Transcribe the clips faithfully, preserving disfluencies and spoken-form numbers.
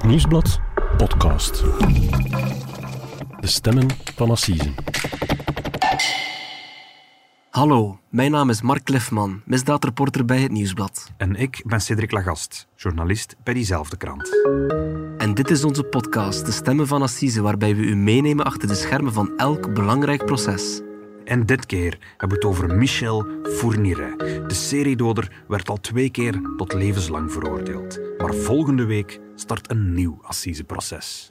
Het Nieuwsblad podcast. De stemmen van Assise. Hallo, mijn naam is Mark Cliffman, misdaadreporter bij Het Nieuwsblad. En ik ben Cédric Lagast, journalist bij diezelfde krant. En dit is onze podcast, De Stemmen van Assise, waarbij we u meenemen achter de schermen van elk belangrijk proces. En dit keer hebben we het over Michel Fourniret. De seriedoder werd al twee keer tot levenslang veroordeeld. Maar volgende week start een nieuw assiseproces.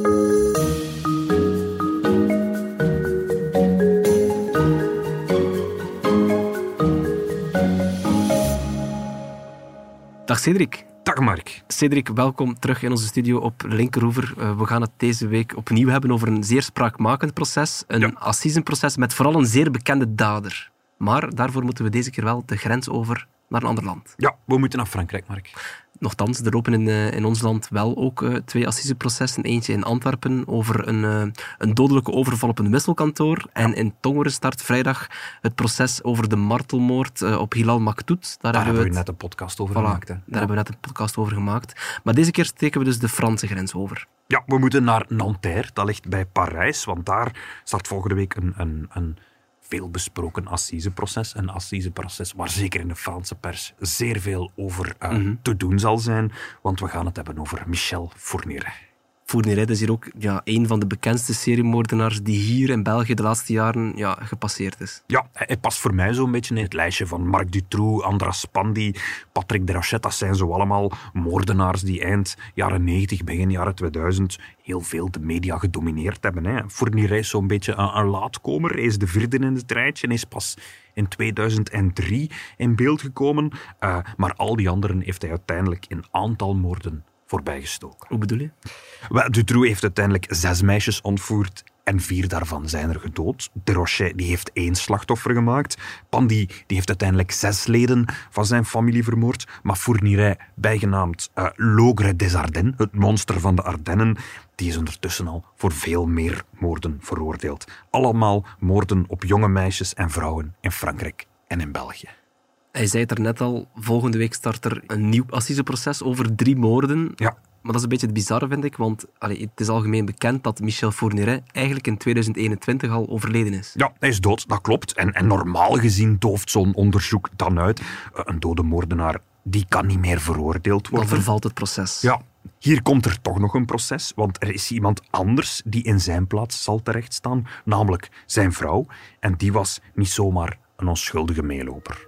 Dag Cédric. Dag Mark. Cédric, welkom terug in onze studio op Linkeroever. Uh, we gaan het deze week opnieuw hebben over een zeer spraakmakend proces. Een ja. assisenproces met vooral een zeer bekende dader. Maar daarvoor moeten we deze keer wel de grens over naar een ander land. Ja, we moeten naar Frankrijk, Mark. Nochtans, er lopen in, uh, in ons land wel ook uh, twee assiseprocessen. Eentje in Antwerpen over een, uh, een dodelijke overval op een wisselkantoor. Ja. En in Tongeren start vrijdag het proces over de martelmoord uh, op Hilal Maktoud. Daar, daar hebben we, we het... net een podcast over voilà, gemaakt. Hè? Daar ja. hebben we net een podcast over gemaakt. Maar deze keer steken we dus de Franse grens over. Ja, we moeten naar Nanterre. Dat ligt bij Parijs. Want daar start volgende week een... een, een veelbesproken assiseproces. Een assiseproces waar zeker in de Franse pers zeer veel over uh, mm-hmm. te doen zal zijn. Want we gaan het hebben over Michel Fourniret. Fourniret is hier ook ja, een van de bekendste seriemoordenaars die hier in België de laatste jaren ja, gepasseerd is. Ja, hij past voor mij zo'n beetje in het lijstje van Marc Dutroux, Andras Pandi, Patrick Dérochette. Dat zijn zo allemaal moordenaars die eind jaren negentig, begin jaren tweeduizend heel veel de media gedomineerd hebben. Hè. Fourniret is zo'n beetje een, een laatkomer. Hij is de vierde in het rijtje. Hij is pas in tweeduizend drie in beeld gekomen. Uh, maar al die anderen heeft hij uiteindelijk in aantal moorden voorbijgestoken. Hoe bedoel je? Well, Dutroux heeft uiteindelijk zes meisjes ontvoerd en vier daarvan zijn er gedood. Dérochette die heeft één slachtoffer gemaakt. Pandi die heeft uiteindelijk zes leden van zijn familie vermoord. Maar Fourniret, bijgenaamd uh, L'Ogre des Ardennes, het monster van de Ardennen, die is ondertussen al voor veel meer moorden veroordeeld. Allemaal moorden op jonge meisjes en vrouwen in Frankrijk en in België. Hij zei het er net al, volgende week start er een nieuw assiseproces over drie moorden. Ja. Maar dat is een beetje het bizarre, vind ik, want allee, het is algemeen bekend dat Michel Fourniret eigenlijk in tweeduizend eenentwintig al overleden is. Ja, hij is dood, dat klopt. En, en normaal gezien dooft zo'n onderzoek dan uit. Een dode moordenaar, die kan niet meer veroordeeld worden. Dan vervalt het proces. Ja. Hier komt er toch nog een proces, want er is iemand anders die in zijn plaats zal terechtstaan, namelijk zijn vrouw. En die was niet zomaar een onschuldige meeloper.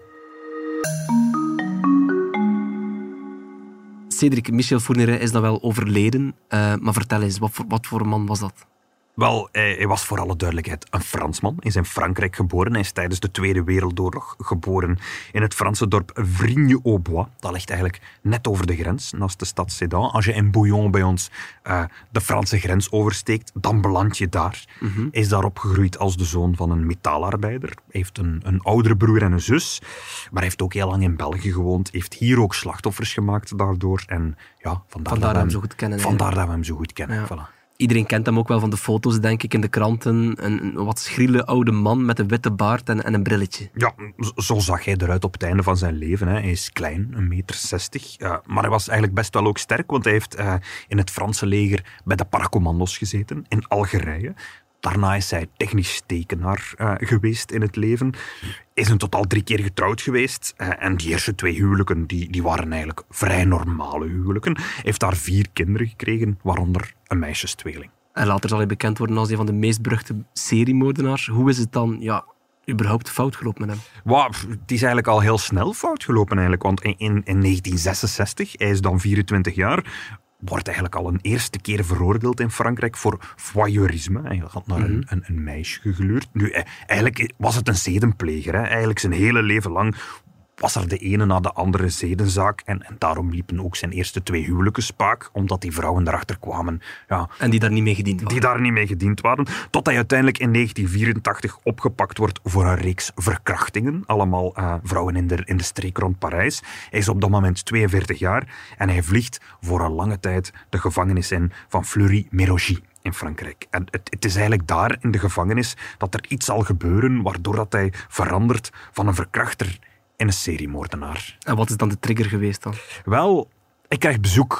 Cédric, Michel Fourniret is dan wel overleden, uh, maar vertel eens, wat voor, wat voor man was dat? Wel, hij, hij was voor alle duidelijkheid een Fransman. Hij is in Frankrijk geboren. Hij is tijdens de Tweede Wereldoorlog geboren in het Franse dorp Vrigne-aux-Bois. Dat ligt eigenlijk net over de grens, naast de stad Sedan. Als je in Bouillon bij ons uh, de Franse grens oversteekt, dan beland je daar. Mm-hmm. Hij is daar opgegroeid als de zoon van een metaalarbeider. Hij heeft een, een oudere broer en een zus. Maar hij heeft ook heel lang in België gewoond. Hij heeft hier ook slachtoffers gemaakt daardoor. En ja, vandaar, vandaar dat we hem zo goed kennen. Vandaar dat we hem zo goed kennen. Ja. Voilà. Iedereen kent hem ook wel van de foto's, denk ik, in de kranten. Een, een wat schriele oude man met een witte baard en, en een brilletje. Ja, zo zag hij eruit op het einde van zijn leven. Hè. Hij is klein, een meter zestig. Uh, maar hij was eigenlijk best wel ook sterk, want hij heeft uh, in het Franse leger bij de paracommandos gezeten, in Algerije. Daarna is hij technisch tekenaar uh, geweest in het leven. Is in totaal drie keer getrouwd geweest. Uh, en die eerste twee huwelijken die, die waren eigenlijk vrij normale huwelijken. Hij heeft daar vier kinderen gekregen, waaronder een meisjestweeling. En later zal hij bekend worden als een van de meest beruchte seriemoordenaars. Hoe is het dan ja, überhaupt fout gelopen met hem? Wow, het is eigenlijk al heel snel fout gelopen eigenlijk. Want in, in, in negentien zesenzestig, hij is dan vierentwintig jaar... wordt eigenlijk al een eerste keer veroordeeld in Frankrijk voor voyeurisme. Hij had naar een, een, een meisje gegluurd. Nu, eigenlijk was het een zedenpleger. Hè. Eigenlijk zijn hele leven lang was er de ene na de andere zedenzaak. En, en daarom liepen ook zijn eerste twee huwelijken spaak, omdat die vrouwen erachter kwamen. Ja, en die daar niet mee gediend waren. Die daar niet mee gediend waren. Tot hij uiteindelijk in negentien vierentachtig opgepakt wordt voor een reeks verkrachtingen. Allemaal uh, vrouwen in de, in de streek rond Parijs. Hij is op dat moment tweeënveertig jaar en hij vliegt voor een lange tijd de gevangenis in van Fleury-Mérogis in Frankrijk. En het, het is eigenlijk daar in de gevangenis dat er iets zal gebeuren waardoor dat hij verandert van een verkrachter in een seriemoordenaar. En wat is dan de trigger geweest dan? Wel, ik krijg bezoek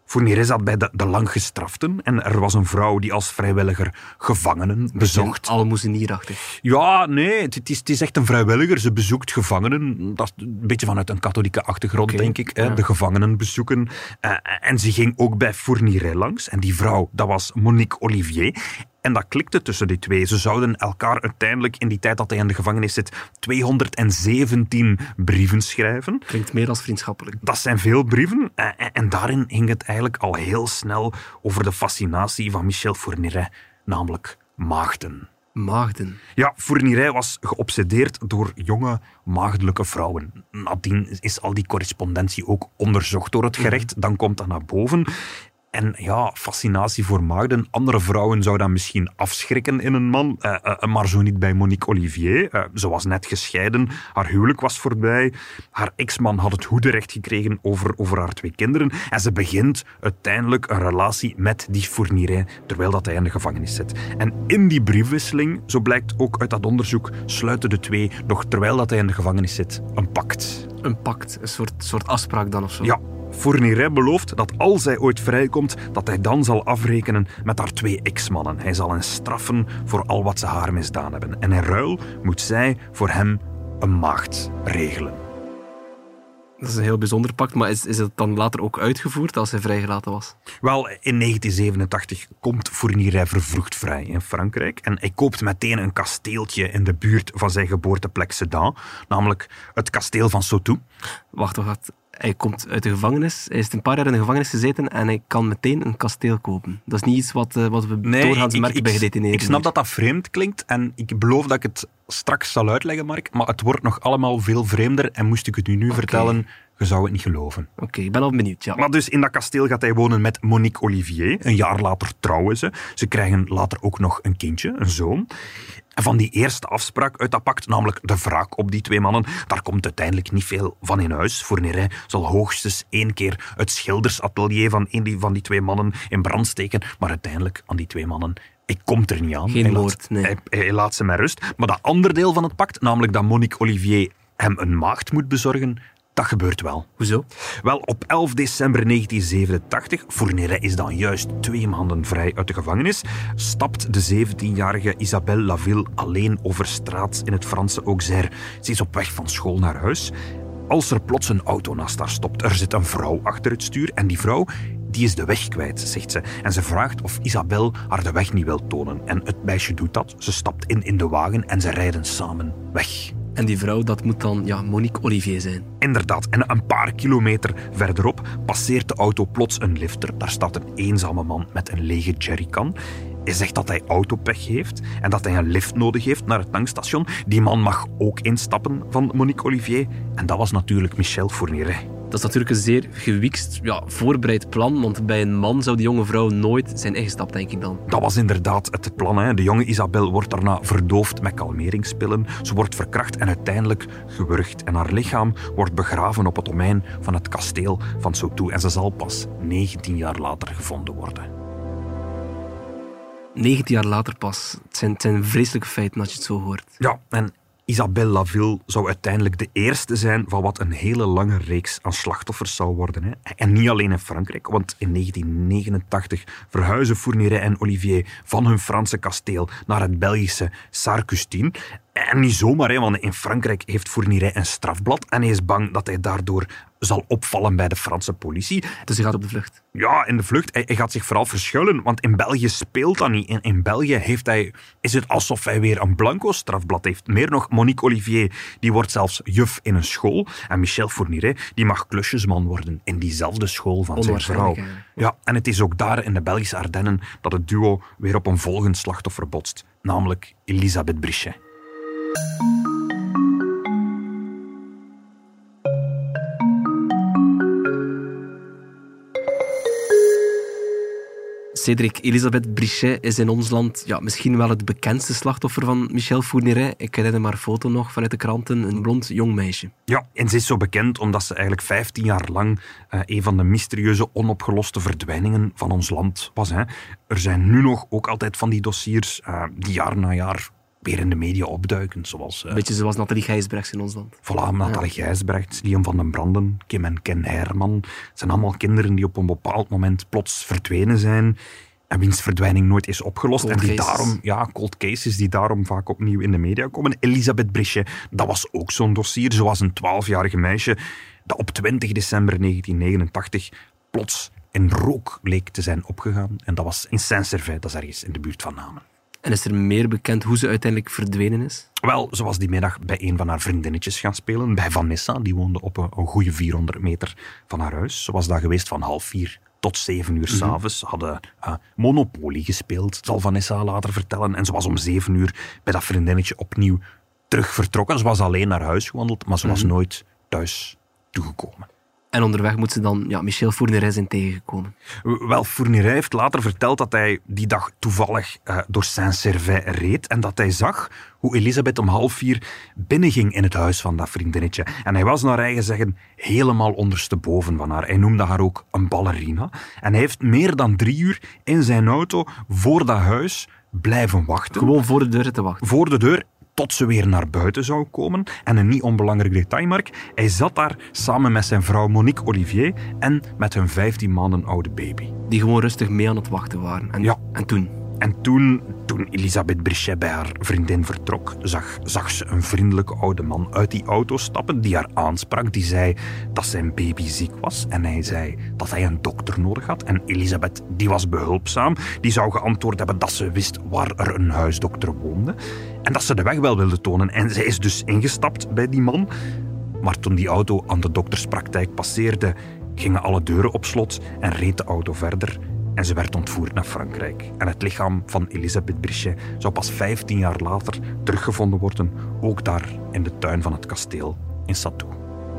Fourniret zat bij de, de langgestraften en er was een vrouw die als vrijwilliger gevangenen bezocht. Almoezenierachtig. Ja, nee, het, het, is, het is echt een vrijwilliger. Ze bezoekt gevangenen. Dat is een beetje vanuit een katholieke achtergrond, Okay, denk ik. Hè, ja. de gevangenen bezoeken. Uh, en ze ging ook bij Fourniret langs. En die vrouw, dat was Monique Olivier. En dat klikte tussen die twee. Ze zouden elkaar uiteindelijk, in die tijd dat hij in de gevangenis zit, tweehonderdzeventien brieven schrijven. Klinkt meer als vriendschappelijk. Dat zijn veel brieven. En, en daarin ging het eigenlijk al heel snel over de fascinatie van Michel Fourniret, namelijk maagden. Maagden. Ja, Fourniret was geobsedeerd door jonge, maagdelijke vrouwen. Nadien is al die correspondentie ook onderzocht door het gerecht. Dan komt dat naar boven. En ja, fascinatie voor maagden. Andere vrouwen zouden dat misschien afschrikken in een man, uh, uh, maar zo niet bij Monique Olivier. Uh, ze was net gescheiden, haar huwelijk was voorbij. Haar ex-man had het hoederecht gekregen over, over haar twee kinderen. En ze begint uiteindelijk een relatie met die Fourniret, terwijl dat hij in de gevangenis zit. En in die briefwisseling, zo blijkt ook uit dat onderzoek, sluiten de twee, nog terwijl dat hij in de gevangenis zit, een pact. Een pact, een soort, soort afspraak dan of zo. Ja. Fourniret belooft dat als hij ooit vrijkomt, dat hij dan zal afrekenen met haar twee ex-mannen. Hij zal hen straffen voor al wat ze haar misdaan hebben. En in ruil moet zij voor hem een maagd regelen. Dat is een heel bijzonder pact, maar is, is het dan later ook uitgevoerd als hij vrijgelaten was? Wel, in negentien zevenentachtig komt Fourniret vervroegd vrij in Frankrijk. En hij koopt meteen een kasteeltje in de buurt van zijn geboorteplek Sedan, namelijk het kasteel van Sautou. Wacht, wacht. Hij komt uit de gevangenis, hij is een paar jaar in de gevangenis gezeten en hij kan meteen een kasteel kopen. Dat is niet iets wat, uh, wat we nee, doorgaans ik, merken ik, bij gedetineerden. Ik snap dat dat vreemd klinkt en ik beloof dat ik het straks zal uitleggen, Mark, maar het wordt nog allemaal veel vreemder en moest ik het u nu okay. vertellen, je zou het niet geloven. Oké, okay, ik ben al benieuwd, ja. Maar dus in dat kasteel gaat hij wonen met Monique Olivier. Een jaar later trouwen ze. Ze krijgen later ook nog een kindje, een zoon. En van die eerste afspraak uit dat pact, namelijk de wraak op die twee mannen, daar komt uiteindelijk niet veel van in huis. Fourniret zal hoogstens één keer het schildersatelier van een die, van die twee mannen in brand steken, maar uiteindelijk aan die twee mannen, ik kom er niet aan. Geen hij woord, laat, nee. Hij, hij laat ze met rust. Maar dat andere deel van het pact, namelijk dat Monique Olivier hem een maagd moet bezorgen, dat gebeurt wel. Hoezo? Wel, op elf december negentien zevenentachtig, Fourniret is dan juist twee maanden vrij uit de gevangenis, stapt de zeventienjarige Isabelle Laville alleen over straat in het Franse Auxerre. Ze is op weg van school naar huis. Als er plots een auto naast haar stopt, er zit een vrouw achter het stuur en die vrouw, die is de weg kwijt, zegt ze. En ze vraagt of Isabelle haar de weg niet wil tonen. En het meisje doet dat. Ze stapt in in de wagen en ze rijden samen weg. En die vrouw, dat moet dan ja, Monique Olivier zijn. Inderdaad. En een paar kilometer verderop passeert de auto plots een lifter. Daar staat een eenzame man met een lege jerrycan. Hij zegt dat hij autopech heeft en dat hij een lift nodig heeft naar het tankstation. Die man mag ook instappen van Monique Olivier. En dat was natuurlijk Michel Fourniret. Dat is natuurlijk een zeer gewiekst, ja, voorbereid plan, want bij een man zou die jonge vrouw nooit zijn ingestapt, denk ik dan. Dat was inderdaad het plan. Hè. De jonge Isabelle wordt daarna verdoofd met kalmeringspillen. Ze wordt verkracht en uiteindelijk gewurgd. En haar lichaam wordt begraven op het domein van het kasteel van Sautou. En ze zal pas negentien jaar later gevonden worden. negentien jaar later pas. Het zijn, het zijn vreselijke feiten als je het zo hoort. Ja, en Isabelle Laville zou uiteindelijk de eerste zijn van wat een hele lange reeks aan slachtoffers zou worden. Hè. En niet alleen in Frankrijk, want in negentien negenentachtig verhuizen Fourniret en Olivier van hun Franse kasteel naar het Belgische Sarre-Custine. En niet zomaar, hè, want in Frankrijk heeft Fourniret een strafblad en hij is bang dat hij daardoor zal opvallen bij de Franse politie. Dus hij gaat op de vlucht? Ja, in de vlucht. Hij, hij gaat zich vooral verschuilen, want in België speelt dat niet. In, in België heeft hij, is het alsof hij weer een blanco strafblad heeft. Meer nog, Monique Olivier die wordt zelfs juf in een school. En Michel Fourniret die mag klusjesman worden in diezelfde school van zijn vrouw. Ja, en het is ook daar in de Belgische Ardennen dat het duo weer op een volgend slachtoffer botst. Namelijk Elisabeth Brichet. Cédric, Elisabeth Brichet is in ons land ja, misschien wel het bekendste slachtoffer van Michel Fourniret. Ik herinner maar een foto nog vanuit de kranten, een blond jong meisje. Ja, en ze is zo bekend omdat ze eigenlijk vijftien jaar lang uh, een van de mysterieuze, onopgeloste verdwijningen van ons land was. Hè. Er zijn nu nog ook altijd van die dossiers uh, die jaar na jaar weer in de media opduiken. Zoals, uh, Een beetje zoals Nathalie Gijsbrechts in ons land. Voilà, Nathalie ja. Gijsbrechts, Liam van den Branden, Kim en Ken Herman. Het zijn allemaal kinderen die op een bepaald moment plots verdwenen zijn en wiens verdwijning nooit is opgelost. Cold en die cases. daarom, ja, cold cases die daarom vaak opnieuw in de media komen. Elisabeth Brichet, dat was ook zo'n dossier. Zo was een twaalfjarige meisje dat op twintig december negentien negenentachtig plots in rook leek te zijn opgegaan. En dat was in Saint-Servais, dat is ergens in de buurt van Namen. En is er meer bekend hoe ze uiteindelijk verdwenen is? Wel, ze was die middag bij een van haar vriendinnetjes gaan spelen, bij Vanessa. Die woonde op een, een goede vierhonderd meter van haar huis. Ze was daar geweest van half vier tot zeven uur Mm-hmm. s'avonds. Ze hadden uh, Monopoly gespeeld, zal Vanessa later vertellen. En ze was om zeven uur bij dat vriendinnetje opnieuw terug vertrokken. Ze was alleen naar huis gewandeld, maar ze was Mm-hmm. nooit thuis toegekomen. En onderweg moet ze dan ja, Michel Fourniret zijn tegengekomen. Wel, Fourniret heeft later verteld dat hij die dag toevallig uh, door Saint-Servais reed en dat hij zag hoe Elisabeth om half vier binnenging in het huis van dat vriendinnetje. En hij was naar eigen zeggen helemaal ondersteboven van haar. Hij noemde haar ook een ballerina. En hij heeft meer dan drie uur in zijn auto voor dat huis blijven wachten. Gewoon voor de deur te wachten. Voor de deur, tot ze weer naar buiten zou komen. En een niet onbelangrijk detail, Mark, hij zat daar samen met zijn vrouw Monique Olivier en met hun vijftien maanden oude baby. Die gewoon rustig mee aan het wachten waren. En, Ja. en toen? En toen, toen Elisabeth Brichet bij haar vriendin vertrok, zag, zag ze een vriendelijke oude man uit die auto stappen die haar aansprak. Die zei dat zijn baby ziek was en hij zei dat hij een dokter nodig had. En Elisabeth, die was behulpzaam. Die zou geantwoord hebben dat ze wist waar er een huisdokter woonde. En dat ze de weg wel wilde tonen. En zij is dus ingestapt bij die man. Maar toen die auto aan de dokterspraktijk passeerde, gingen alle deuren op slot en reed de auto verder. En ze werd ontvoerd naar Frankrijk. En het lichaam van Elisabeth Brichet zou pas vijftien jaar later teruggevonden worden, ook daar in de tuin van het kasteel in Satou.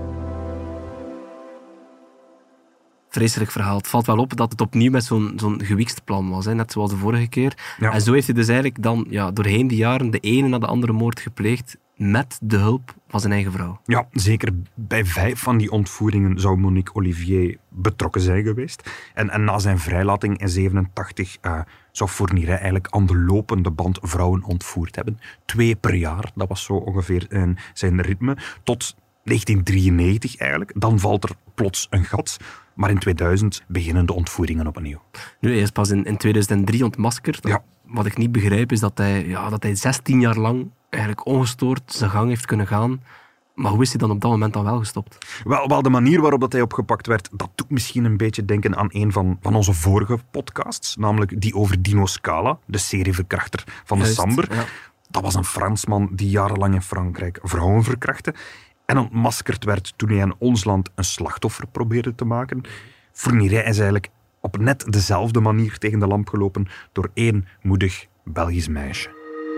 Vreselijk verhaal. Het valt wel op dat het opnieuw met zo'n, zo'n gewiekst plan was, hè, net zoals de vorige keer. Ja. En zo heeft hij dus eigenlijk dan ja, doorheen die jaren de ene na de andere moord gepleegd met de hulp van zijn eigen vrouw. Ja, zeker bij vijf van die ontvoeringen zou Monique Olivier betrokken zijn geweest. En, en na zijn vrijlating in zevenentachtig uh, zou Fourniret eigenlijk aan de lopende band vrouwen ontvoerd hebben. Twee per jaar, dat was zo ongeveer uh, zijn ritme. Tot negentien drieënnegentig eigenlijk. Dan valt er plots een gat. Maar in tweeduizend beginnen de ontvoeringen opnieuw. Nu, hij is pas in, in tweeduizend drie ontmaskerd. Ja. Wat ik niet begrijp is dat hij, ja, dat hij zestien jaar lang eigenlijk ongestoord zijn gang heeft kunnen gaan. Maar hoe is hij dan op dat moment dan wel gestopt? Wel, wel de manier waarop dat hij opgepakt werd, dat doet misschien een beetje denken aan een van, van onze vorige podcasts. Namelijk die over Dino Scala, de serieverkrachter van de Juist, Samber. ja. Dat was een Fransman die jarenlang in Frankrijk vrouwen verkrachtte. En ontmaskerd werd toen hij in ons land een slachtoffer probeerde te maken. Fourniret is eigenlijk op net dezelfde manier tegen de lamp gelopen door één moedig Belgisch meisje.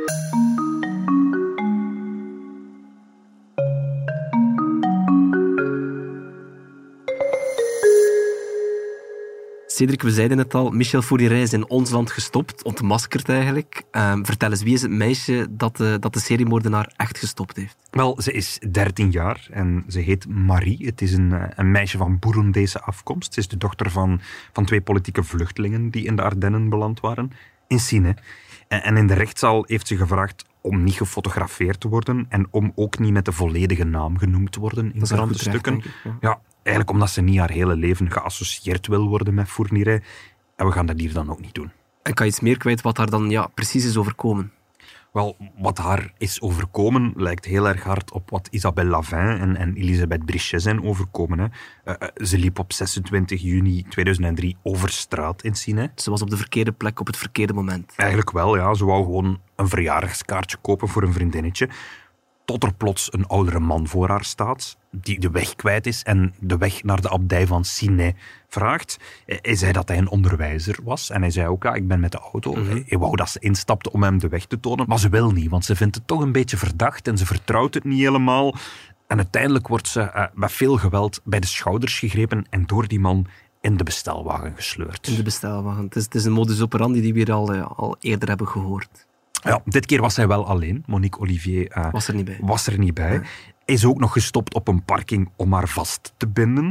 Cedric, we zeiden het al, Michel Fourniret is in ons land gestopt, ontmaskerd eigenlijk. Um, vertel eens, wie is het meisje dat de, dat de seriemoordenaar echt gestopt heeft? Wel, ze is dertien jaar en ze heet Marie. Het is een, een meisje van Boerendese afkomst. Ze is de dochter van, van twee politieke vluchtelingen die in de Ardennen beland waren, in Sine. En, en in de rechtszaal heeft ze gevraagd om niet gefotografeerd te worden en om ook niet met de volledige naam genoemd te worden in Dat is haar goed krantenstukken. recht, denk ik, ja. Ja, eigenlijk omdat ze niet haar hele leven geassocieerd wil worden met Fourniret. En we gaan dat hier dan ook niet doen. En kan je iets meer kwijt wat daar dan ja, precies is overkomen? Wel, wat haar is overkomen lijkt heel erg hard op wat Isabelle Lavin en, en Elisabeth Brichet zijn overkomen. Hè. Uh, ze liep op zesentwintig juni tweeduizend drie over straat in Sine. Ze was op de verkeerde plek op het verkeerde moment. Eigenlijk wel, ja. Ze wou gewoon een verjaardagskaartje kopen voor een vriendinnetje. Tot er plots een oudere man voor haar staat, die de weg kwijt is en de weg naar de abdij van Sine vraagt. Hij zei dat hij een onderwijzer was en hij zei ook, ja, ik ben met de auto. Mm-hmm. Hij wou dat ze instapte om hem de weg te tonen, maar ze wil niet, want ze vindt het toch een beetje verdacht en ze vertrouwt het niet helemaal. En uiteindelijk wordt ze uh, met veel geweld bij de schouders gegrepen en door die man in de bestelwagen gesleurd. In de bestelwagen. Het is, het is een modus operandi die we hier al, uh, al eerder hebben gehoord. Ja, dit keer was hij wel alleen. Monique Olivier uh, was er niet bij. Was er niet bij. Ja. Hij is ook nog gestopt op een parking om haar vast te binden.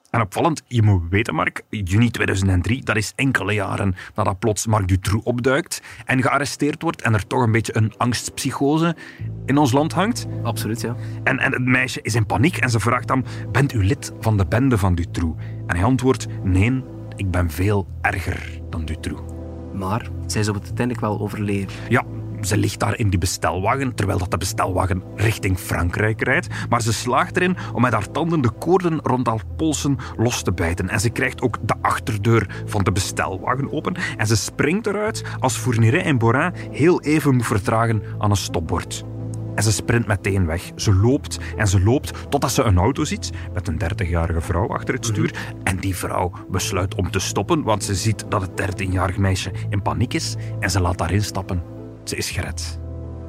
En opvallend, je moet weten, Mark, juni tweeduizend drie, dat is enkele jaren nadat plots Marc Dutroux opduikt en gearresteerd wordt en er toch een beetje een angstpsychose in ons land hangt. Absoluut, ja. En, en het meisje is in paniek en ze vraagt dan, bent u lid van de bende van Dutroux? En hij antwoordt, nee, ik ben veel erger dan Dutroux. Maar zij zou het uiteindelijk wel overleven. Ja, ze ligt daar in die bestelwagen, terwijl dat de bestelwagen richting Frankrijk rijdt. Maar ze slaagt erin om met haar tanden de koorden rond haar polsen los te bijten. En ze krijgt ook de achterdeur van de bestelwagen open. En ze springt eruit als Fourniret en Borin heel even moet vertragen aan een stopbord. En ze sprint meteen weg. Ze loopt en ze loopt totdat ze een auto ziet met een dertigjarige vrouw achter het stuur. En die vrouw besluit om te stoppen, want ze ziet dat het dertienjarig meisje in paniek is. En ze laat daarin stappen. Ze is gered.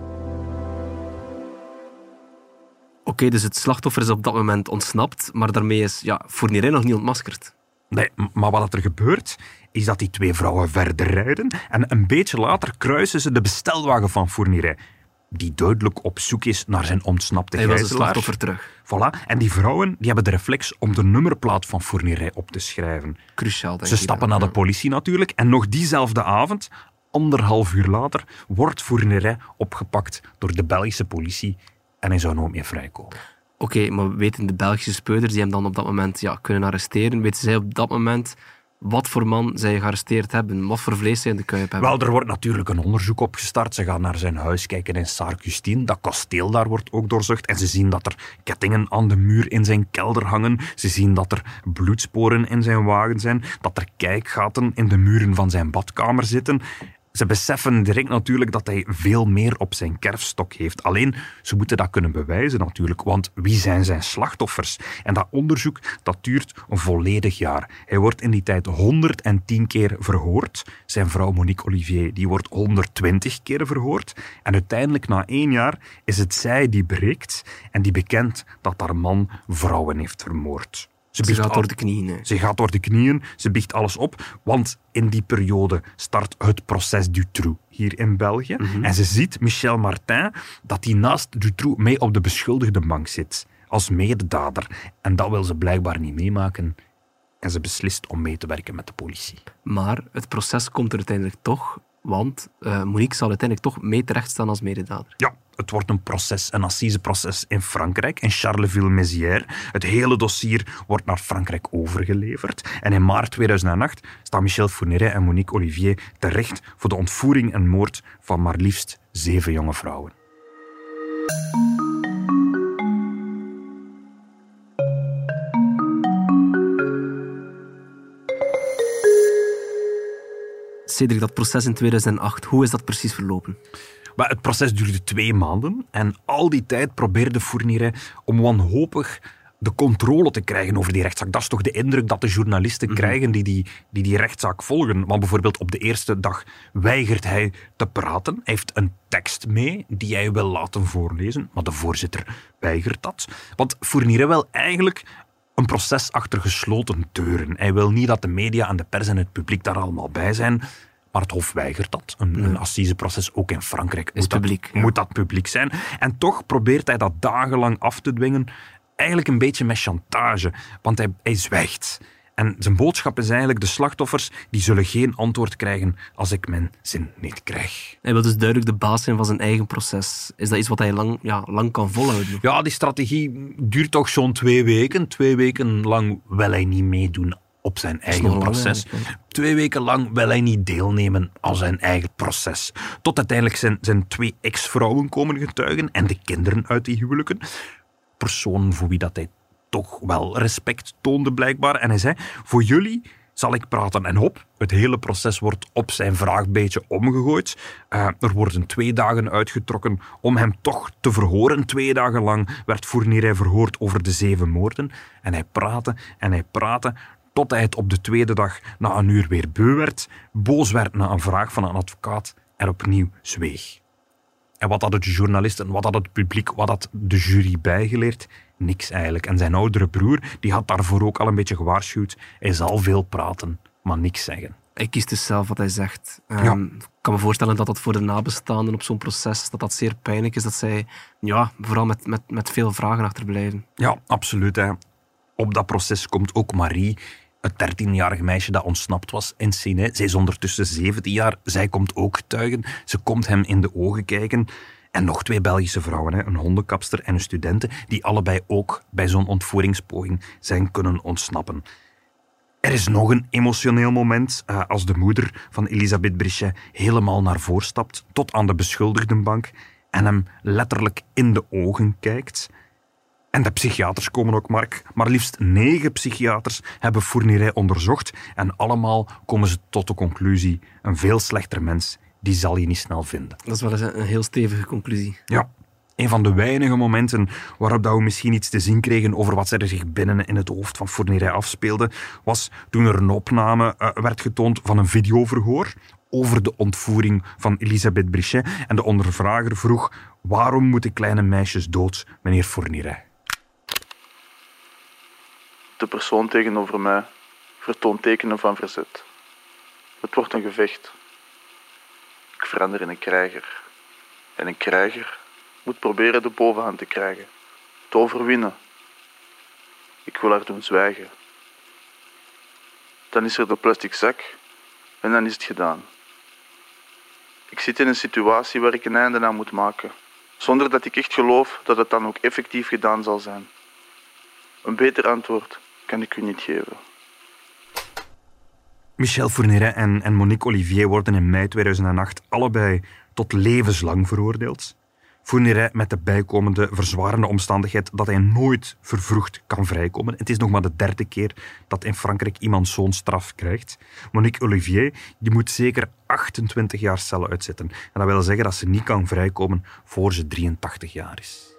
Oké, okay, dus het slachtoffer is op dat moment ontsnapt, maar daarmee is ja, Fourniret nog niet ontmaskerd. Nee, maar wat er gebeurt, is dat die twee vrouwen verder rijden en een beetje later kruisen ze de bestelwagen van Fourniret, die duidelijk op zoek is naar zijn ontsnapte gijzelaar. Hij was het slachtoffer terug. Voilà. En die vrouwen die hebben de reflex om de nummerplaat van Fourniret op te schrijven. Cruciaal, denk Ze ik. stappen naar de politie natuurlijk en nog diezelfde avond, anderhalf uur later, wordt Fourniret opgepakt door de Belgische politie en hij zou nooit meer vrijkomen. Oké, okay, maar weten de Belgische speurders die hem dan op dat moment ja, kunnen arresteren, weten zij op dat moment wat voor man zij gearresteerd hebben? Wat voor vlees zij in de kuip hebben? Wel, er wordt natuurlijk een onderzoek opgestart. Ze gaan naar zijn huis kijken in Sarre-Custine. Dat kasteel daar wordt ook doorzocht. En ze zien dat er kettingen aan de muur in zijn kelder hangen. Ze zien dat er bloedsporen in zijn wagen zijn. Dat er kijkgaten in de muren van zijn badkamer zitten. Ze beseffen direct natuurlijk dat hij veel meer op zijn kerfstok heeft. Alleen, ze moeten dat kunnen bewijzen natuurlijk, want wie zijn zijn slachtoffers? En dat onderzoek, dat duurt een volledig jaar. Hij wordt in die tijd honderdtien keer verhoord. Zijn vrouw Monique Olivier, die wordt honderdtwintig keer verhoord. En uiteindelijk, na één jaar, is het zij die breekt en die bekent dat haar man vrouwen heeft vermoord. Ze, ze gaat door de knieën. Hè. Ze gaat door de knieën, ze biecht alles op, want in die periode start het proces Dutroux hier in België. Mm-hmm. En ze ziet Michel Martin dat hij naast Dutroux mee op de beschuldigde bank zit, als mededader. En dat wil ze blijkbaar niet meemaken. En ze beslist om mee te werken met de politie. Maar het proces komt er uiteindelijk toch, want uh, Monique zal uiteindelijk toch mee terechtstaan als mededader. Ja. Het wordt een proces, een assiseproces in Frankrijk, in Charleville-Mézières. Het hele dossier wordt naar Frankrijk overgeleverd. En in maart tweeduizend acht staan Michel Fourniret en Monique Olivier terecht voor de ontvoering en moord van maar liefst zeven jonge vrouwen. Cedric, dat proces in tweeduizend acht, hoe is dat precies verlopen? Maar het proces duurde twee maanden en al die tijd probeerde Fourniret om wanhopig de controle te krijgen over die rechtszaak. Dat is toch de indruk dat de journalisten mm-hmm. krijgen die die, die die rechtszaak volgen. Want bijvoorbeeld op de eerste dag weigert hij te praten. Hij heeft een tekst mee die hij wil laten voorlezen, maar de voorzitter weigert dat. Want Fourniret wil eigenlijk een proces achter gesloten deuren. Hij wil niet dat de media en de pers en het publiek daar allemaal bij zijn. Maar het Hof weigert dat. Een, ja. een assiseproces, ook in Frankrijk, moet, publiek, dat, ja. moet dat publiek zijn. En toch probeert hij dat dagenlang af te dwingen. Eigenlijk een beetje met chantage. Want hij, hij zwijgt. En zijn boodschap is eigenlijk, de slachtoffers die zullen geen antwoord krijgen als ik mijn zin niet krijg. Hij wil dus duidelijk de baas zijn van zijn eigen proces. Is dat iets wat hij lang, ja, lang kan volhouden? Ja, die strategie duurt toch zo'n twee weken. Twee weken lang wil hij niet meedoen op zijn eigen proces. Lang, Twee weken lang wil hij niet deelnemen aan zijn eigen proces. Tot uiteindelijk zijn, zijn twee ex-vrouwen komen getuigen en de kinderen uit die huwelijken. Personen voor wie dat hij toch wel respect toonde blijkbaar. En hij zei, voor jullie zal ik praten. En hop, het hele proces wordt op zijn vraagbeetje omgegooid. Uh, er worden twee dagen uitgetrokken om hem toch te verhoren. Twee dagen lang werd Fourniret verhoord over de zeven moorden. En hij praatte en hij praatte tot hij het op de tweede dag na een uur weer beu werd, boos werd na een vraag van een advocaat en opnieuw zweeg. En wat hadden de journalisten, wat had het publiek, wat had de jury bijgeleerd? Niks eigenlijk. En zijn oudere broer, die had daarvoor ook al een beetje gewaarschuwd. Hij zal veel praten, maar niks zeggen. Hij kiest dus zelf wat hij zegt. Um, ja. Ik kan me voorstellen dat dat voor de nabestaanden op zo'n proces, dat dat zeer pijnlijk is, dat zij ja, vooral met, met, met veel vragen achterblijven. Ja, absoluut. Hè. Op dat proces komt ook Marie, het dertienjarige meisje dat ontsnapt was, in scène. Zij is ondertussen zeventien jaar. Zij komt ook getuigen. Ze komt hem in de ogen kijken. En nog twee Belgische vrouwen, hè, een hondenkapster en een studente, die allebei ook bij zo'n ontvoeringspoging zijn kunnen ontsnappen. Er is nog een emotioneel moment uh, als de moeder van Elisabeth Brichet helemaal naar voren stapt, tot aan de beschuldigdenbank en hem letterlijk in de ogen kijkt. En de psychiaters komen ook, Mark. Maar liefst negen psychiaters hebben Fourniret onderzocht en allemaal komen ze tot de conclusie: een veel slechter mens, die zal je niet snel vinden. Dat is wel eens een heel stevige conclusie. Ja. Een van de weinige momenten waarop dat we misschien iets te zien kregen over wat er zich binnen in het hoofd van Fourniret afspeelde, was toen er een opname uh, werd getoond van een videoverhoor over de ontvoering van Elisabeth Brichet. En de ondervrager vroeg: waarom moeten kleine meisjes dood, meneer Fourniret? De persoon tegenover mij vertoont tekenen van verzet. Het wordt een gevecht. Ik verander in een krijger. En een krijger moet proberen de bovenhand te krijgen, te overwinnen. Ik wil haar doen zwijgen. Dan is er de plastic zak en dan is het gedaan. Ik zit in een situatie waar ik een einde aan moet maken, zonder dat ik echt geloof dat het dan ook effectief gedaan zal zijn. Een beter antwoord kan ik u niet geven. Michel Fourniret en, en Monique Olivier worden in mei tweeduizend acht allebei tot levenslang veroordeeld. Fourniret met de bijkomende verzwarende omstandigheid dat hij nooit vervroegd kan vrijkomen. Het is nog maar de derde keer dat in Frankrijk iemand zo'n straf krijgt. Monique Olivier die moet zeker achtentwintig jaar cel uitzitten. En dat wil zeggen dat ze niet kan vrijkomen voor ze drieëntachtig jaar is.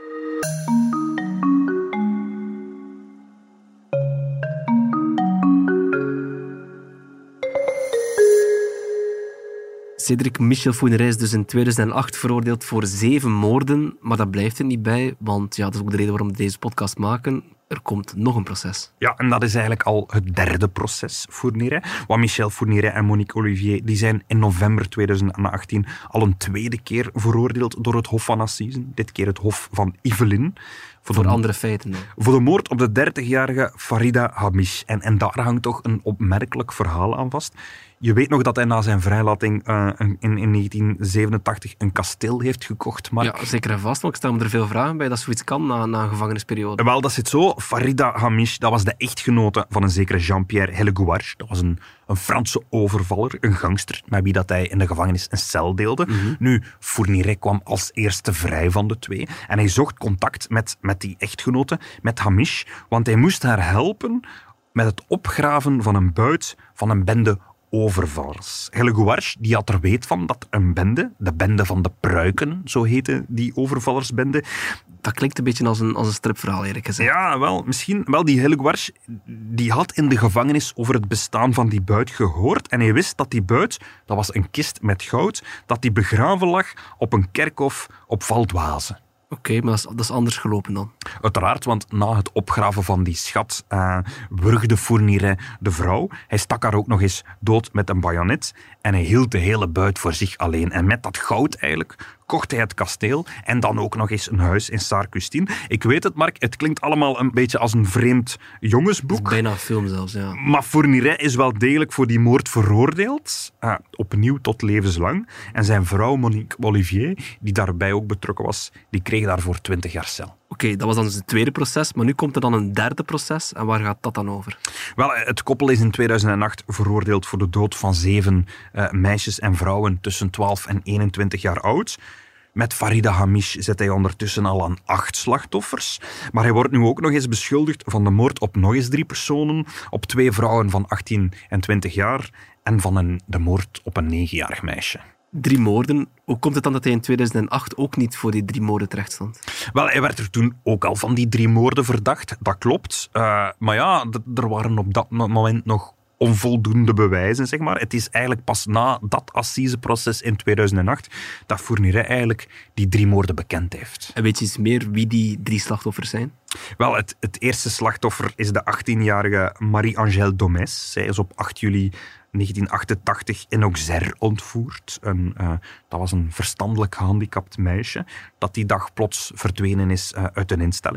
Cédric Michel Fourniret is dus in tweeduizend acht veroordeeld voor zeven moorden, maar dat blijft er niet bij, want ja, dat is ook de reden waarom we deze podcast maken. Er komt nog een proces. Ja, en dat is eigenlijk al het derde proces Fourniret. Want Michel Fourniret en Monique Olivier die zijn in november tweeduizend achttien al een tweede keer veroordeeld door het Hof van Assise. Dit keer het Hof van Yvelines. Voor, voor de, andere feiten. Dan. Voor de moord op de dertigjarige Farida Hamish. En, en daar hangt toch een opmerkelijk verhaal aan vast. Je weet nog dat hij na zijn vrijlating uh, in, in negentien zevenentachtig een kasteel heeft gekocht. Maar... Ja, zeker en vast, maar ik stel me er veel vragen bij dat zoiets kan na, na een gevangenisperiode. Wel, dat zit zo. Farida Hamish, dat was de echtgenote van een zekere Jean-Pierre Hellegouarche. Dat was een, een Franse overvaller, een gangster, met wie dat hij in de gevangenis een cel deelde. Mm-hmm. Nu, Fourniret kwam als eerste vrij van de twee. En hij zocht contact met, met die echtgenote, met Hamish, want hij moest haar helpen met het opgraven van een buit van een bende overvallers. Hellegouarche die had er weet van dat een bende, de bende van de pruiken, zo heette die overvallersbende. Dat klinkt een beetje als een, als een stripverhaal, eerlijk gezegd. Ja, wel, misschien. Wel, die Hellegouarche die had in de gevangenis over het bestaan van die buit gehoord en hij wist dat die buit, dat was een kist met goud, dat die begraven lag op een kerkhof op Valdoise. Oké, okay, maar dat is, dat is anders gelopen dan. Uiteraard, want na het opgraven van die schat uh, wurgde Fourniret de vrouw. Hij stak haar ook nog eens dood met een bajonet en hij hield de hele buit voor zich alleen. En met dat goud eigenlijk kocht hij het kasteel en dan ook nog eens een huis in Sarre-Custine. Ik weet het, Mark, het klinkt allemaal een beetje als een vreemd jongensboek. Het is bijna een film zelfs, ja. Maar Fourniret is wel degelijk voor die moord veroordeeld. Uh, opnieuw tot levenslang. En zijn vrouw Monique Olivier, die daarbij ook betrokken was, die kreeg daarvoor twintig jaar cel. Oké, okay, dat was dan dus het tweede proces, maar nu komt er dan een derde proces. En waar gaat dat dan over? Wel, het koppel is in tweeduizend acht veroordeeld voor de dood van zeven uh, meisjes en vrouwen tussen twaalf en eenentwintig jaar oud. Met Farida Hamish zit hij ondertussen al aan acht slachtoffers. Maar hij wordt nu ook nog eens beschuldigd van de moord op nog eens drie personen, op twee vrouwen van achttien en twintig jaar en van een, de moord op een negenjarig meisje. Drie moorden. Hoe komt het dan dat hij in tweeduizend acht ook niet voor die drie moorden terecht stond? Wel, hij werd er toen ook al van die drie moorden verdacht. Dat klopt. Uh, maar ja, d- er waren op dat moment nog onvoldoende bewijzen, zeg maar. Het is eigenlijk pas na dat assiseproces in tweeduizend acht dat Fourniret eigenlijk die drie moorden bekend heeft. En weet je iets meer wie die drie slachtoffers zijn? Wel, het, het eerste slachtoffer is de achttienjarige Marie-Angèle Domès. Zij is op acht juli negentien achtentachtig in Auxerre ontvoerd. Een, uh, dat was een verstandelijk gehandicapt meisje dat die dag plots verdwenen is uh, uit een instelling.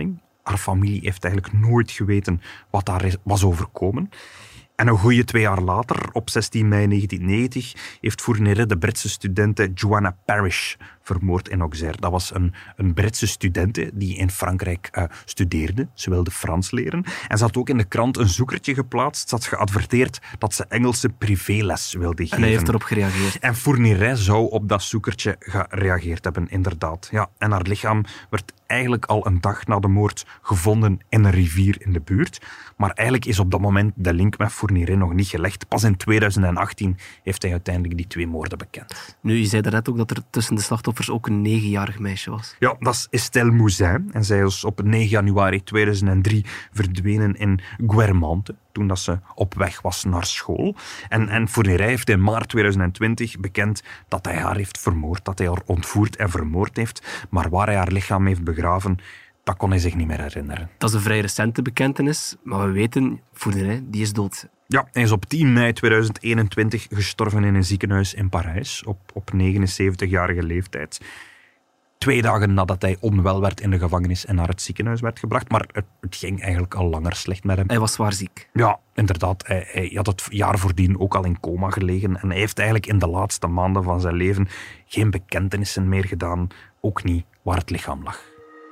Haar familie heeft eigenlijk nooit geweten wat daar is, was overkomen. En een goede twee jaar later, op zestien mei negentien negentig, heeft Fourniret de Britse studente Joanna Parrish vermoord in Auxerre. Dat was een, een Britse studente die in Frankrijk uh, studeerde. Ze wilde Frans leren. En ze had ook in de krant een zoekertje geplaatst. Ze had geadverteerd dat ze Engelse privéles wilde geven. En hij heeft erop gereageerd. En Fourniret zou op dat zoekertje gereageerd hebben, inderdaad. Ja, en haar lichaam werd eigenlijk al een dag na de moord gevonden in een rivier in de buurt. Maar eigenlijk is op dat moment de link met Fourniret nog niet gelegd. Pas in tweeduizend achttien heeft hij uiteindelijk die twee moorden bekend. Nu, je zei daarnet ook dat er tussen de slachtoffers ook een negenjarig meisje was. Ja, dat is Estelle Mouzin. En zij is op negen januari tweeduizend drie verdwenen in Guermantes, toen dat ze op weg was naar school. En, en Fourniret heeft in maart tweeduizend twintig bekend dat hij haar heeft vermoord, dat hij haar ontvoerd en vermoord heeft. Maar waar hij haar lichaam heeft begraven, dat kon hij zich niet meer herinneren. Dat is een vrij recente bekentenis, maar we weten, Fourniret, die is dood. Ja, hij is op tien mei tweeduizend eenentwintig gestorven in een ziekenhuis in Parijs, op, op negenenzeventigjarige leeftijd. Twee dagen nadat hij onwel werd in de gevangenis en naar het ziekenhuis werd gebracht. Maar het, het ging eigenlijk al langer slecht met hem. Hij was zwaar ziek. Ja, inderdaad. Hij, hij had het jaar voordien ook al in coma gelegen. En hij heeft eigenlijk in de laatste maanden van zijn leven geen bekentenissen meer gedaan. Ook niet waar het lichaam lag.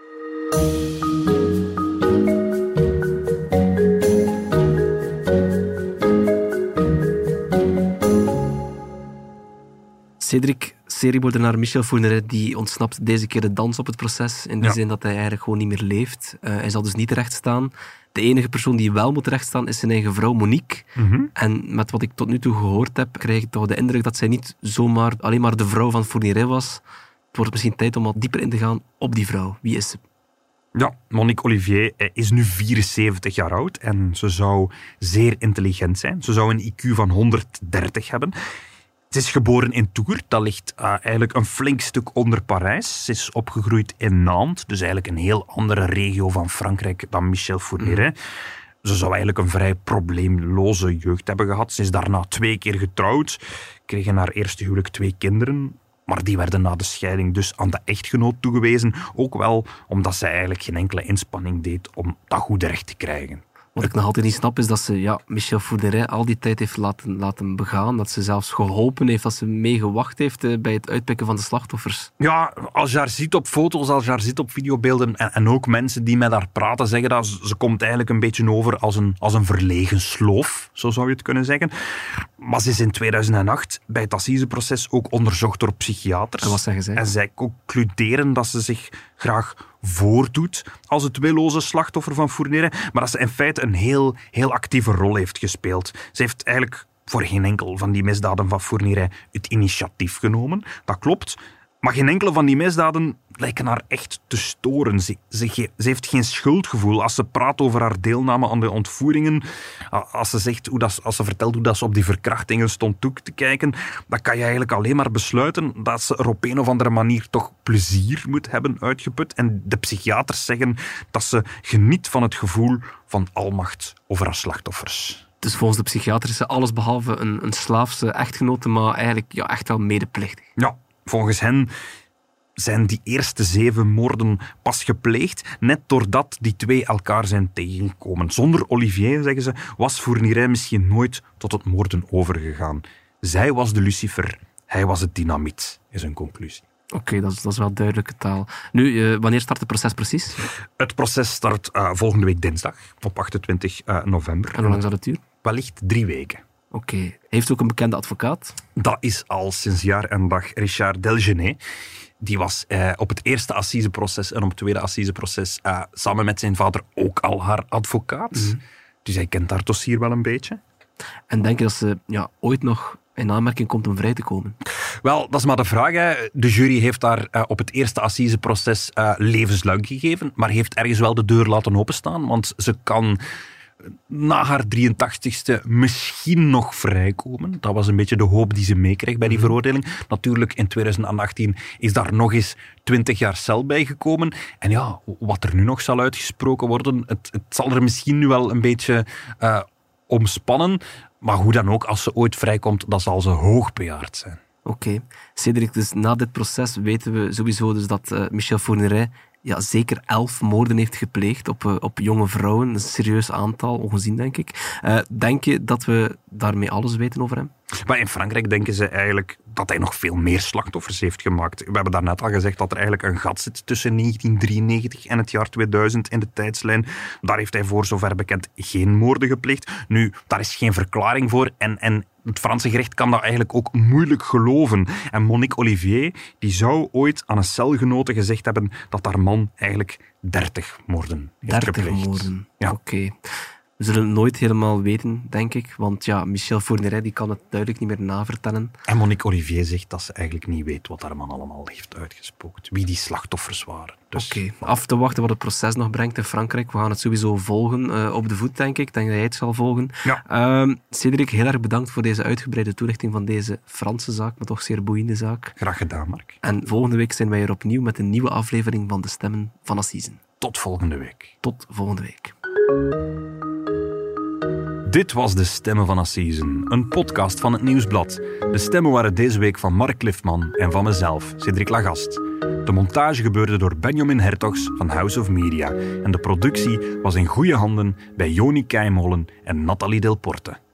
Cédric, seriemoordenaar Michel Fourniret, die ontsnapt deze keer de dans op het proces. In die ja. zin dat hij eigenlijk gewoon niet meer leeft. Uh, hij zal dus niet terechtstaan. De enige persoon die wel moet terechtstaan is zijn eigen vrouw Monique. Mm-hmm. En met wat ik tot nu toe gehoord heb, krijg ik toch de indruk dat zij niet zomaar alleen maar de vrouw van Fourniret was. Het wordt misschien tijd om wat dieper in te gaan op die vrouw. Wie is ze? Ja, Monique Olivier is nu vierenzeventig jaar oud en ze zou zeer intelligent zijn. Ze zou een I Q van honderddertig hebben. Ze is geboren in Tours, dat ligt uh, eigenlijk een flink stuk onder Parijs. Ze is opgegroeid in Nantes, dus eigenlijk een heel andere regio van Frankrijk dan Michel Fourniret. Mm. Ze zou eigenlijk een vrij probleemloze jeugd hebben gehad. Ze is daarna twee keer getrouwd, kreeg in haar eerste huwelijk twee kinderen. Maar die werden na de scheiding dus aan de echtgenoot toegewezen. Ook wel omdat zij eigenlijk geen enkele inspanning deed om dat goed recht te krijgen. Wat ik nog altijd niet snap is dat ze ja, Michel Fourniret al die tijd heeft laten, laten begaan. Dat ze zelfs geholpen heeft, dat ze mee gewacht heeft uh, bij het uitpikken van de slachtoffers. Ja, als je haar ziet op foto's, als je haar ziet op videobeelden en, en ook mensen die met haar praten zeggen dat, ze, ze komt eigenlijk een beetje over als een, als een verlegen sloof, zo zou je het kunnen zeggen. Maar ze is in tweeduizend acht bij het assiseproces ook onderzocht door psychiaters. En wat zeggen zij? En zij concluderen dat ze zich graag voordoet als het willoze slachtoffer van Fourniret, maar dat ze in feite een heel, heel actieve rol heeft gespeeld. Ze heeft eigenlijk voor geen enkel van die misdaden van Fourniret het initiatief genomen. Dat klopt. Maar geen enkele van die misdaden lijken haar echt te storen. Ze, ze, ze heeft geen schuldgevoel. Als ze praat over haar deelname aan de ontvoeringen, als ze, zegt hoe dat, als ze vertelt hoe dat ze op die verkrachtingen stond toe te kijken, dan kan je eigenlijk alleen maar besluiten dat ze er op een of andere manier toch plezier moet hebben uitgeput. En de psychiaters zeggen dat ze geniet van het gevoel van almacht over haar slachtoffers. Dus volgens de psychiater is ze allesbehalve een, een slaafse echtgenote, maar eigenlijk ja, echt wel medeplichtig. Ja. Volgens hen zijn die eerste zeven moorden pas gepleegd, net doordat die twee elkaar zijn tegengekomen. Zonder Olivier, zeggen ze, was Fourniret misschien nooit tot het moorden overgegaan. Zij was de lucifer, hij was het dynamiet, is hun conclusie. Oké, okay, dat, dat is wel duidelijke taal. Nu, uh, wanneer start het proces precies? Het proces start uh, volgende week dinsdag, op achtentwintig november. En hoe lang zal het duren? Wellicht drie weken. Oké. Okay. Heeft ook een bekende advocaat? Dat is al sinds jaar en dag Richard Delgenay. Die was uh, op het eerste assiseproces en op het tweede assiseproces uh, samen met zijn vader ook al haar advocaat. Mm-hmm. Dus hij kent haar dossier wel een beetje. En denk je dat ze ja, ooit nog in aanmerking komt om vrij te komen? Wel, dat is maar de vraag. Hè. De jury heeft haar uh, op het eerste assiseproces uh, levenslang gegeven, maar heeft ergens wel de deur laten openstaan, want ze kan na haar drieëntachtigste misschien nog vrijkomen. Dat was een beetje de hoop die ze meekreeg bij die veroordeling. Natuurlijk, in tweeduizend achttien is daar nog eens twintig jaar cel bijgekomen. En ja, wat er nu nog zal uitgesproken worden, het, het zal er misschien nu wel een beetje uh, omspannen. Maar hoe dan ook, als ze ooit vrijkomt, dan zal ze hoogbejaard zijn. Oké. Okay. Cédric, dus na dit proces weten we sowieso dus dat uh, Michel Fourniret ja, zeker elf moorden heeft gepleegd op, uh, op jonge vrouwen. Een serieus aantal, ongezien denk ik. Uh, denk je dat we daarmee alles weten over hem? Maar in Frankrijk denken ze eigenlijk dat hij nog veel meer slachtoffers heeft gemaakt. We hebben daarnet al gezegd dat er eigenlijk een gat zit tussen negentien drieënnegentig en het jaar tweeduizend in de tijdslijn. Daar heeft hij voor zover bekend geen moorden gepleegd. Nu, daar is geen verklaring voor en, en het Franse gerecht kan dat eigenlijk ook moeilijk geloven. En Monique Olivier die zou ooit aan een celgenote gezegd hebben dat haar man eigenlijk dertig moorden heeft dertig gepleegd. moorden, ja. Oké. Okay. We zullen het nooit helemaal weten, denk ik. Want ja, Michel Fourniret die kan het duidelijk niet meer navertellen. En Monique Olivier zegt dat ze eigenlijk niet weet wat haar man allemaal heeft uitgespookt. Wie die slachtoffers waren. Dus, Oké, okay. Af te wachten wat het proces nog brengt in Frankrijk. We gaan het sowieso volgen uh, op de voet, denk ik. Ik denk dat jij het zal volgen. Ja. Uh, Cédric, heel erg bedankt voor deze uitgebreide toelichting van deze Franse zaak, maar toch zeer boeiende zaak. Graag gedaan, Mark. En volgende week zijn wij er opnieuw met een nieuwe aflevering van De Stemmen van Assisen. Tot volgende week. Tot volgende week. Dit was De Stemmen van Assisen, een podcast van het Nieuwsblad. De stemmen waren deze week van Mark Liftman en van mezelf, Cédric Lagast. De montage gebeurde door Benjamin Hertogs van House of Media en de productie was in goede handen bij Joni Keimolen en Nathalie Delporte.